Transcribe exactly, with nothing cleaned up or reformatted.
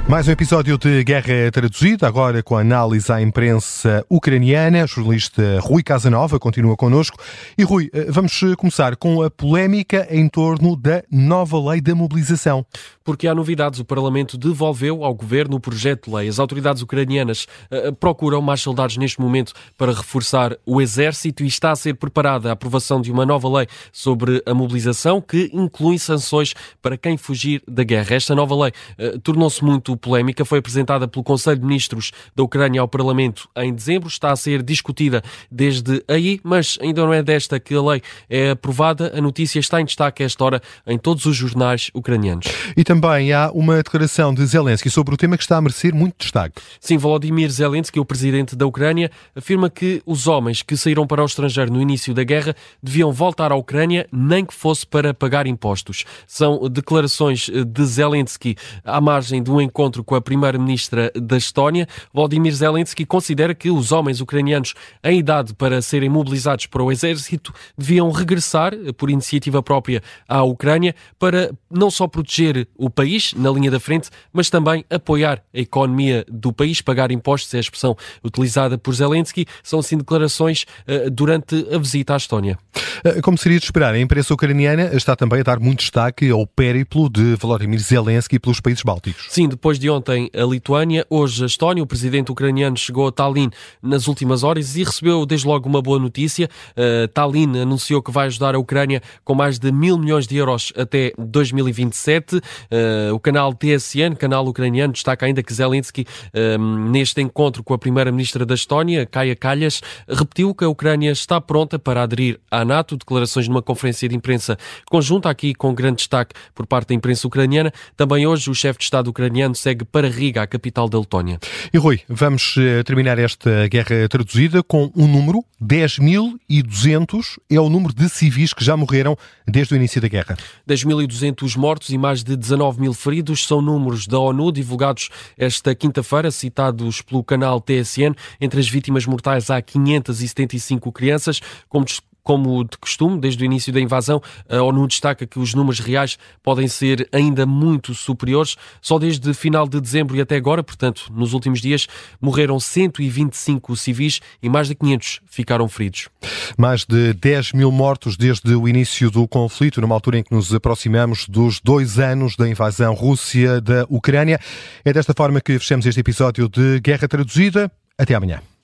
Mais um episódio de Guerra Traduzida, agora com a análise à imprensa ucraniana. O jornalista Rui Casanova continua connosco. E Rui, vamos começar com a polémica em torno da nova lei da mobilização. Porque há novidades. O Parlamento devolveu ao Governo o projeto de lei. As autoridades ucranianas uh, procuram mais soldados neste momento para reforçar o exército e está a ser preparada a aprovação de uma nova lei sobre a mobilização que inclui sanções para quem fugir da guerra. Esta nova lei uh, tornou-se muito polémica. Foi apresentada pelo Conselho de Ministros da Ucrânia ao Parlamento em dezembro. Está a ser discutida desde aí, mas ainda não é desta que a lei é aprovada. A notícia está em destaque a esta hora em todos os jornais ucranianos. E também há uma declaração de Zelensky sobre o tema que está a merecer muito destaque. Sim, Volodymyr Zelensky, o presidente da Ucrânia, afirma que os homens que saíram para o estrangeiro no início da guerra deviam voltar à Ucrânia, nem que fosse para pagar impostos. São declarações de Zelensky à margem de um encontro com a primeira-ministra da Estónia. Volodymyr Zelensky considera que os homens ucranianos em idade para serem mobilizados para o exército deviam regressar, por iniciativa própria, à Ucrânia para não só proteger o país na linha da frente, mas também apoiar a economia do país, pagar impostos, é a expressão utilizada por Zelensky. São assim declarações uh, durante a visita à Estónia. Como seria de esperar, a imprensa ucraniana está também a dar muito destaque ao périplo de Volodymyr Zelensky pelos países bálticos. Sim, depois de ontem a Lituânia, hoje a Estónia. O presidente ucraniano chegou a Tallinn nas últimas horas e recebeu desde logo uma boa notícia. Uh, Tallinn anunciou que vai ajudar a Ucrânia com mais de mil milhões de euros até dois mil e vinte e sete. Uh, o canal T S N, canal ucraniano, destaca ainda que Zelensky, uh, neste encontro com a primeira-ministra da Estónia, Kaja Kallas, repetiu que a Ucrânia está pronta para aderir à NATO. Declarações numa conferência de imprensa conjunta, aqui com grande destaque por parte da imprensa ucraniana. Também hoje o chefe de Estado ucraniano segue para Riga, a capital da Letónia. E Rui, vamos terminar esta guerra traduzida com um número, dez mil e duzentos é o número de civis que já morreram desde o início da guerra. dez mil e duzentos mortos e mais de dezanove mil feridos são números da ONU divulgados esta quinta-feira, citados pelo canal T S N. Entre as vítimas mortais há quinhentas e setenta e cinco crianças, como Como de costume, desde o início da invasão, a ONU destaca que os números reais podem ser ainda muito superiores. Só desde final de dezembro e até agora, portanto, nos últimos dias, morreram cento e vinte e cinco civis e mais de quinhentos ficaram feridos. Mais de dez mil mortos desde o início do conflito, numa altura em que nos aproximamos dos dois anos da invasão Rússia da Ucrânia. É desta forma que fechamos este episódio de Guerra Traduzida. Até amanhã.